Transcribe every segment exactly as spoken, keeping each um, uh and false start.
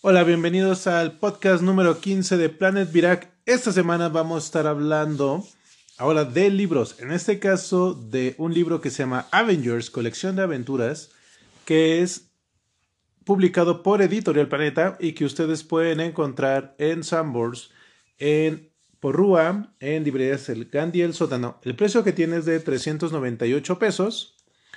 Hola, bienvenidos al podcast número quince de Planet Virac. Esta semana vamos a estar hablando ahora de libros, en este caso de un libro que se llama Avengers, colección de aventuras, que es publicado por Editorial Planeta y que ustedes pueden encontrar en Sanborns, en Porrúa, en librerías El Gandhi y El Sótano. El precio que tiene es de trescientos noventa y ocho pesos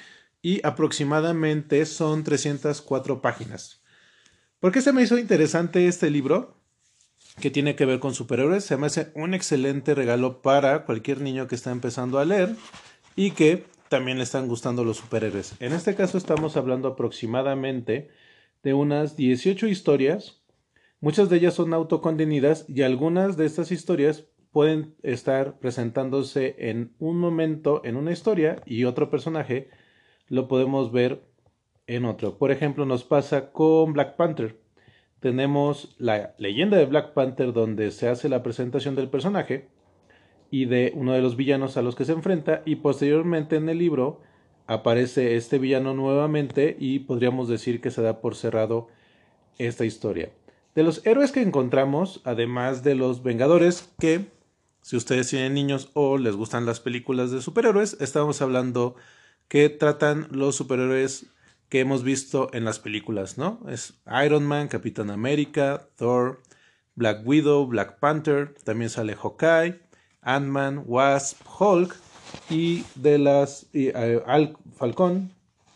y aproximadamente son trescientas cuatro páginas. ¿Por qué se me hizo interesante este libro? Que tiene que ver con superhéroes. Se me hace un excelente regalo para cualquier niño que está empezando a leer y que también le están gustando los superhéroes. En este caso estamos hablando aproximadamente de unas dieciocho historias. Muchas de ellas son autocontenidas y algunas de estas historias pueden estar presentándose en un momento en una historia y otro personaje lo podemos ver en otro. Por ejemplo, nos pasa con Black Panther. Tenemos la leyenda de Black Panther donde se hace la presentación del personaje y de uno de los villanos a los que se enfrenta, y posteriormente en el libro aparece este villano nuevamente y podríamos decir que se da por cerrado esta historia. De los héroes que encontramos, además de los Vengadores, que si ustedes tienen niños o les gustan las películas de superhéroes, estamos hablando que tratan los superhéroes que hemos visto en las películas, ¿no? Es Iron Man, Capitán América, Thor, Black Widow, Black Panther, también sale Hawkeye, Ant-Man, Wasp, Hulk y de las y, uh, Al Falcón,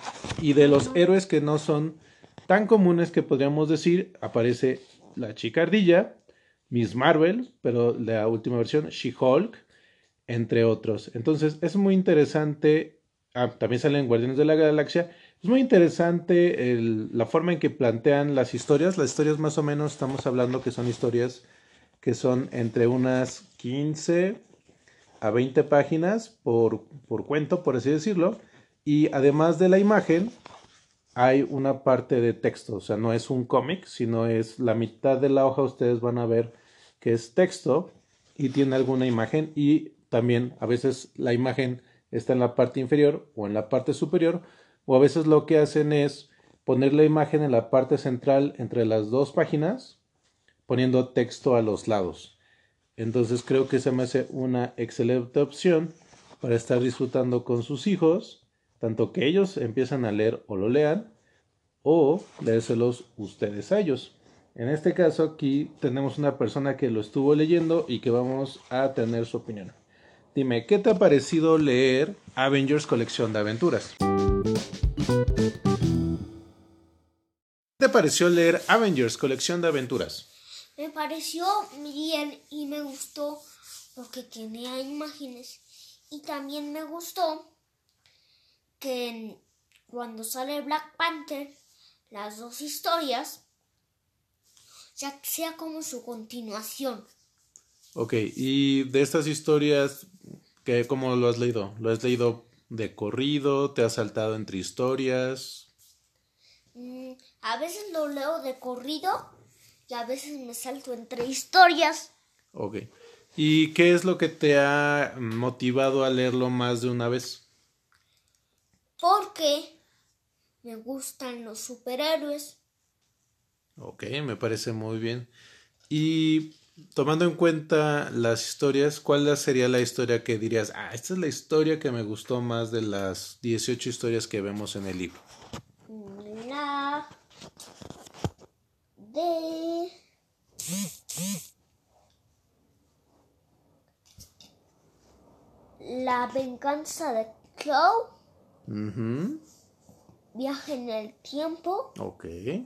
y de los héroes que no son tan comunes que podríamos decir, aparece la Chica Ardilla, Miss Marvel, pero la última versión, She-Hulk, entre otros. Entonces es muy interesante. Ah, también salen Guardianes de la Galaxia. Es muy interesante el, la forma en que plantean las historias. Las historias más o menos estamos hablando que son historias que son entre unas quince a veinte páginas por, por cuento, por así decirlo. Y además de la imagen, hay una parte de texto. O sea, no es un cómic, sino es la mitad de la hoja. Ustedes van a ver que es texto y tiene alguna imagen, y también a veces la imagen está en la parte inferior o en la parte superior, o a veces lo que hacen es poner la imagen en la parte central entre las dos páginas, poniendo texto a los lados. Entonces creo que se me hace una excelente opción para estar disfrutando con sus hijos, tanto que ellos empiezan a leer o lo lean, o leérselos ustedes a ellos. En este caso aquí tenemos una persona que lo estuvo leyendo y que vamos a tener su opinión. Dime, ¿qué te ha parecido leer Avengers Colección de Aventuras? ¿Qué te pareció leer Avengers Colección de Aventuras? Me pareció bien y me gustó porque tenía imágenes, y también me gustó que cuando sale Black Panther, las dos historias ya sea como su continuación. Ok, y de estas historias, ¿qué, ¿cómo lo has leído? ¿Lo has leído de corrido? ¿Te has saltado entre historias? Mm, a veces lo leo de corrido y a veces me salto entre historias. Ok. ¿Y qué es lo que te ha motivado a leerlo más de una vez? Porque me gustan los superhéroes. Ok, me parece muy bien. Y tomando en cuenta las historias, ¿cuál sería la historia que dirías, ah, esta es la historia que me gustó más de las dieciocho historias que vemos en el libro? La de La venganza de Claw, Uh-huh. Viaje en el tiempo, Ok,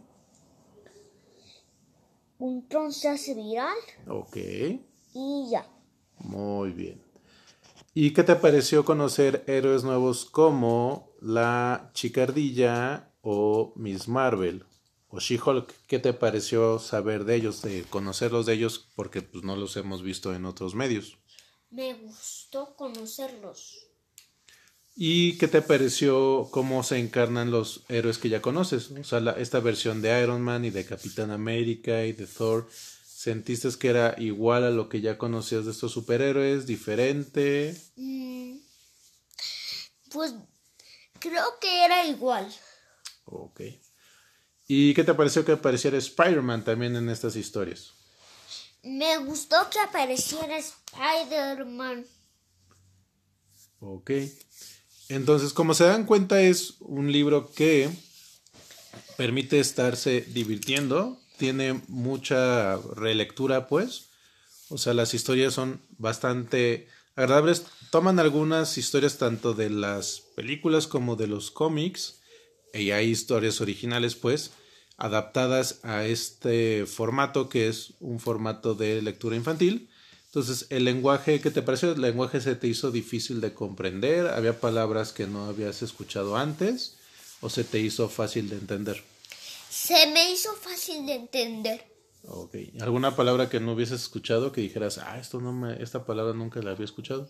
Un tron se hace viral ok, y ya. muy bien. ¿Y qué te pareció conocer héroes nuevos como la Chica Ardilla o Miss Marvel o She-Hulk? ¿Qué te pareció saber de ellos, de conocerlos de ellos, porque pues no los hemos visto en otros medios? Me gustó conocerlos. ¿Y qué te pareció cómo se encarnan los héroes que ya conoces? O sea, la, esta versión de Iron Man y de Capitán América y de Thor, ¿sentiste que era igual a lo que ya conocías de estos superhéroes? ¿Diferente? Mm, pues creo que era igual. Ok. ¿Y qué te pareció que apareciera Spider-Man también en estas historias? Me gustó que apareciera Spider-Man. Ok. Entonces, como se dan cuenta, es un libro que permite estarse divirtiendo. Tiene mucha relectura, pues. O sea, las historias son bastante agradables. Toman algunas historias tanto de las películas como de los cómics. Y hay historias originales, pues, adaptadas a este formato que es un formato de lectura infantil. Entonces, el lenguaje, ¿qué te pareció? ¿El lenguaje se te hizo difícil de comprender? ¿Había palabras que no habías escuchado antes? ¿O se te hizo fácil de entender? Se me hizo fácil de entender. Ok. ¿Alguna palabra que no hubieses escuchado que dijeras, ah, esto no me, esta palabra nunca la había escuchado?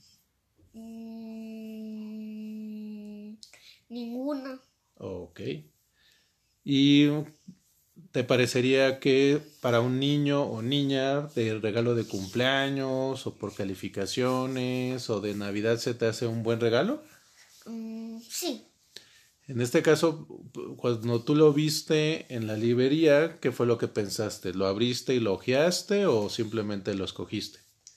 Mm, ninguna. Ok. ¿Y te parecería que para un niño o niña de regalo de cumpleaños o por calificaciones o de Navidad se te hace un buen regalo? Mm, sí. En este caso, cuando tú lo viste en la librería, ¿qué fue lo que pensaste? ¿Lo abriste y lo hojeaste o simplemente lo escogiste?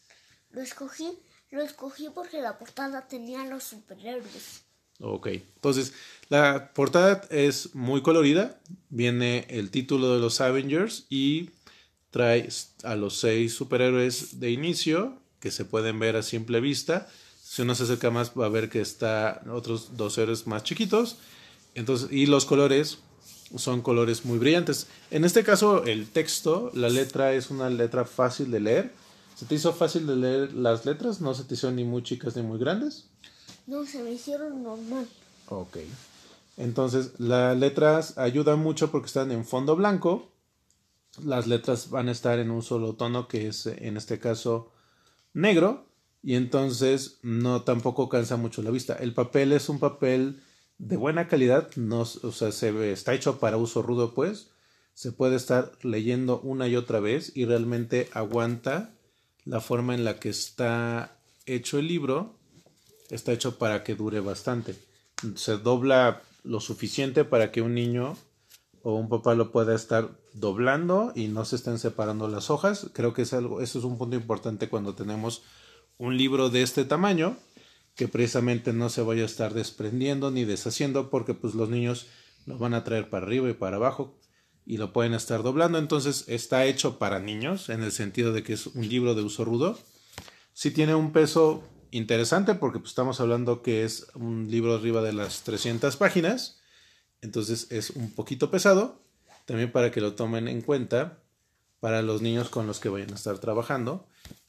Lo escogí, lo escogí porque la portada tenía a los superhéroes. Ok, entonces la portada es muy colorida, viene el título de los Avengers y trae a los seis superhéroes de inicio que se pueden ver a simple vista. Si uno se acerca más va a ver que está otros dos héroes más chiquitos. Entonces, y los colores son colores muy brillantes. En este caso, el texto, la letra es una letra fácil de leer. ¿Se te hizo fácil de leer las letras? ¿No se te hicieron ni muy chicas ni muy grandes? No, se me hicieron normal. Ok. Entonces, las letras ayudan mucho porque están en fondo blanco. Las letras van a estar en un solo tono, que es en este caso negro. Y entonces no tampoco cansa mucho la vista. El papel es un papel de buena calidad. No, o sea, se ve, está hecho para uso rudo, pues. Se puede estar leyendo una y otra vez y realmente aguanta la forma en la que está hecho el libro. Está hecho para que dure bastante. Se dobla lo suficiente para que un niño o un papá lo pueda estar doblando y no se estén separando las hojas. Creo que es algo, eso es un punto importante cuando tenemos un libro de este tamaño, que precisamente no se vaya a estar desprendiendo ni deshaciendo, porque pues los niños lo van a traer para arriba y para abajo y lo pueden estar doblando. Entonces está hecho para niños en el sentido de que es un libro de uso rudo. Sí tiene un peso interesante porque pues, estamos hablando que es un libro arriba de las trescientas páginas, entonces es un poquito pesado, también para que lo tomen en cuenta para los niños con los que vayan a estar trabajando.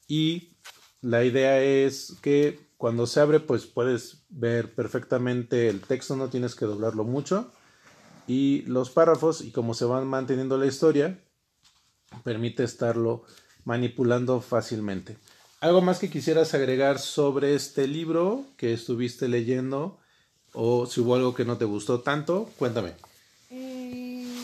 Y la idea es que cuando se abre pues puedes ver perfectamente el texto, no tienes que doblarlo mucho, y los párrafos y cómo se van manteniendo la historia permite estarlo manipulando fácilmente. ¿Algo más que quisieras agregar sobre este libro que estuviste leyendo? O si hubo algo que no te gustó tanto, cuéntame. Mm,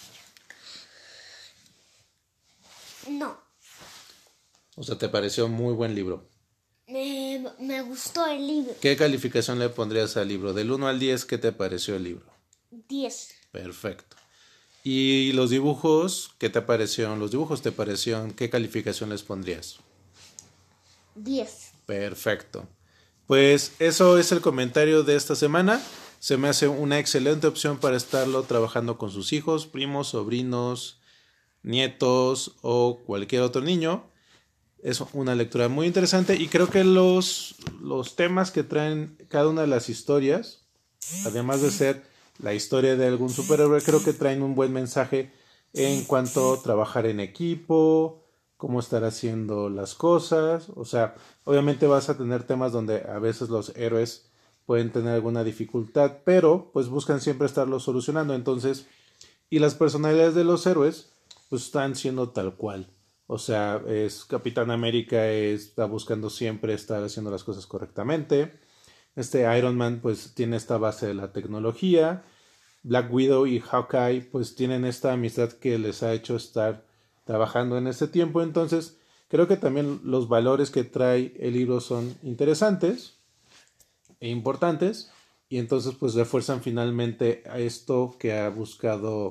no. O sea, ¿te pareció muy buen libro? Me, me gustó el libro. ¿Qué calificación le pondrías al libro? Del uno al diez, ¿qué te pareció el libro? diez. Perfecto. ¿Y los dibujos? ¿Qué te parecieron? ¿Los dibujos te parecieron? ¿Qué calificación les pondrías? diez. Perfecto. Pues eso es el comentario de esta semana. Se me hace una excelente opción para estarlo trabajando con sus hijos, primos, sobrinos, nietos o cualquier otro niño. Es una lectura muy interesante y creo que los, los temas que traen cada una de las historias, además de ser la historia de algún superhéroe, creo que traen un buen mensaje en cuanto a trabajar en equipo, cómo estar haciendo las cosas. O sea, obviamente vas a tener temas donde a veces los héroes pueden tener alguna dificultad, pero pues buscan siempre estarlo solucionando. Entonces, y las personalidades de los héroes pues están siendo tal cual. O sea, es Capitán América está buscando siempre estar haciendo las cosas correctamente. Este Iron Man pues tiene esta base de la tecnología. Black Widow y Hawkeye pues tienen esta amistad que les ha hecho estar trabajando en este tiempo. Entonces creo que también los valores que trae el libro son interesantes e importantes y entonces pues refuerzan finalmente a esto que ha buscado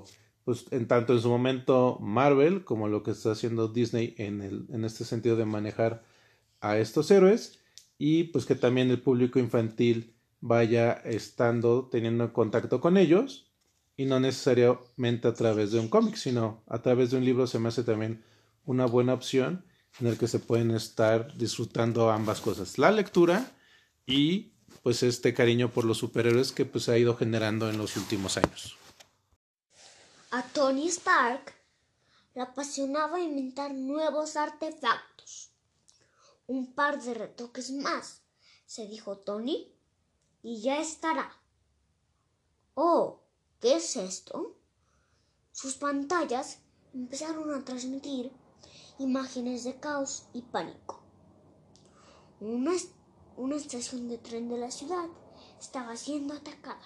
pues en tanto en su momento Marvel como lo que está haciendo Disney en, el, en este sentido de manejar a estos héroes, y pues que también el público infantil vaya estando teniendo contacto con ellos, y no necesariamente a través de un cómic, sino a través de un libro. Se me hace también una buena opción en el que se pueden estar disfrutando ambas cosas, la lectura y pues este cariño por los superhéroes que pues se ha ido generando en los últimos años. A Tony Stark le apasionaba inventar nuevos artefactos. Un par de retoques más, se dijo Tony, y ya estará. Oh, ¿qué es esto? Sus pantallas empezaron a transmitir imágenes de caos y pánico. Una, una estación de tren de la ciudad estaba siendo atacada.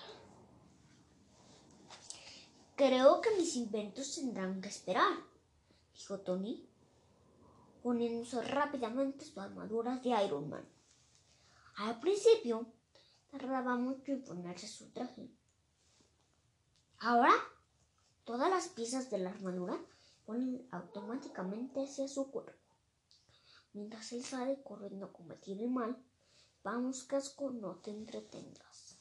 Creo que mis inventos tendrán que esperar, dijo Tony, poniéndose rápidamente su armadura de Iron Man. Al principio tardaba mucho en ponerse su traje. Ahora todas las piezas de la armadura ponen automáticamente hacia su cuerpo. Mientras él sale corriendo a combatir el mal, vamos, casco, no te entretengas.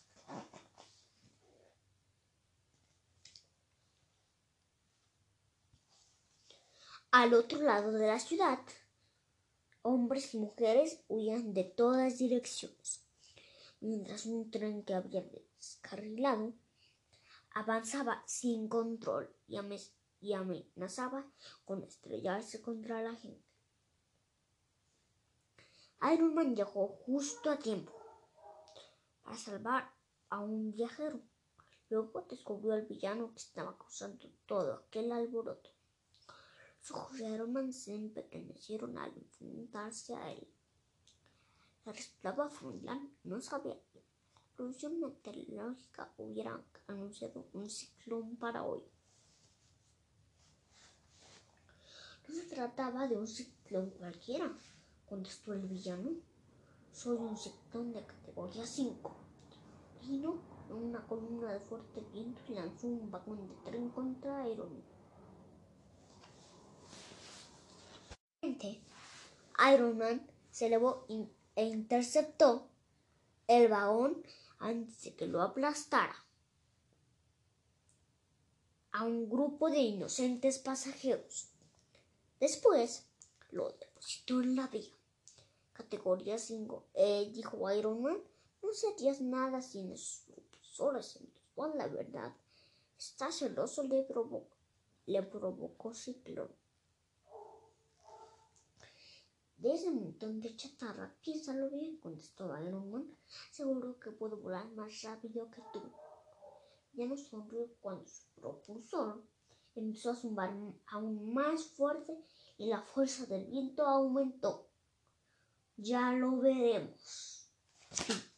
Al otro lado de la ciudad, hombres y mujeres huían de todas direcciones, mientras un tren que había descarrilado avanzaba sin control y, ame- y amenazaba con estrellarse contra la gente. Iron Man llegó justo a tiempo para salvar a un viajero. Luego descubrió al villano que estaba causando todo aquel alboroto. Los ojos de Iron Man se empequeñecieron al enfrentarse a él. Le resultaba familiar, no sabía que la producción meteorológica hubiera anunciado un ciclón para hoy. No se trataba de un ciclón cualquiera, contestó el villano. Soy un ciclón de categoría cinco. Vino en una columna de fuerte viento y lanzó un vagón de tren contra Iron Man. Iron Man se elevó e interceptó el vagón antes de que lo aplastara a un grupo de inocentes pasajeros. Después lo depositó en la vía. Categoría cinco, eh, dijo Iron Man, no serías nada sin esos propulsores en tu espalda, la verdad. Está celoso, le provocó, le provocó Ciclón. De ese montón de chatarra, piénsalo bien, contestó Iron Man. Seguro que puedo volar más rápido que tú. Ya no sonrió cuando su propulsor empezó a zumbar aún más fuerte y la fuerza del viento aumentó. Ya lo veremos.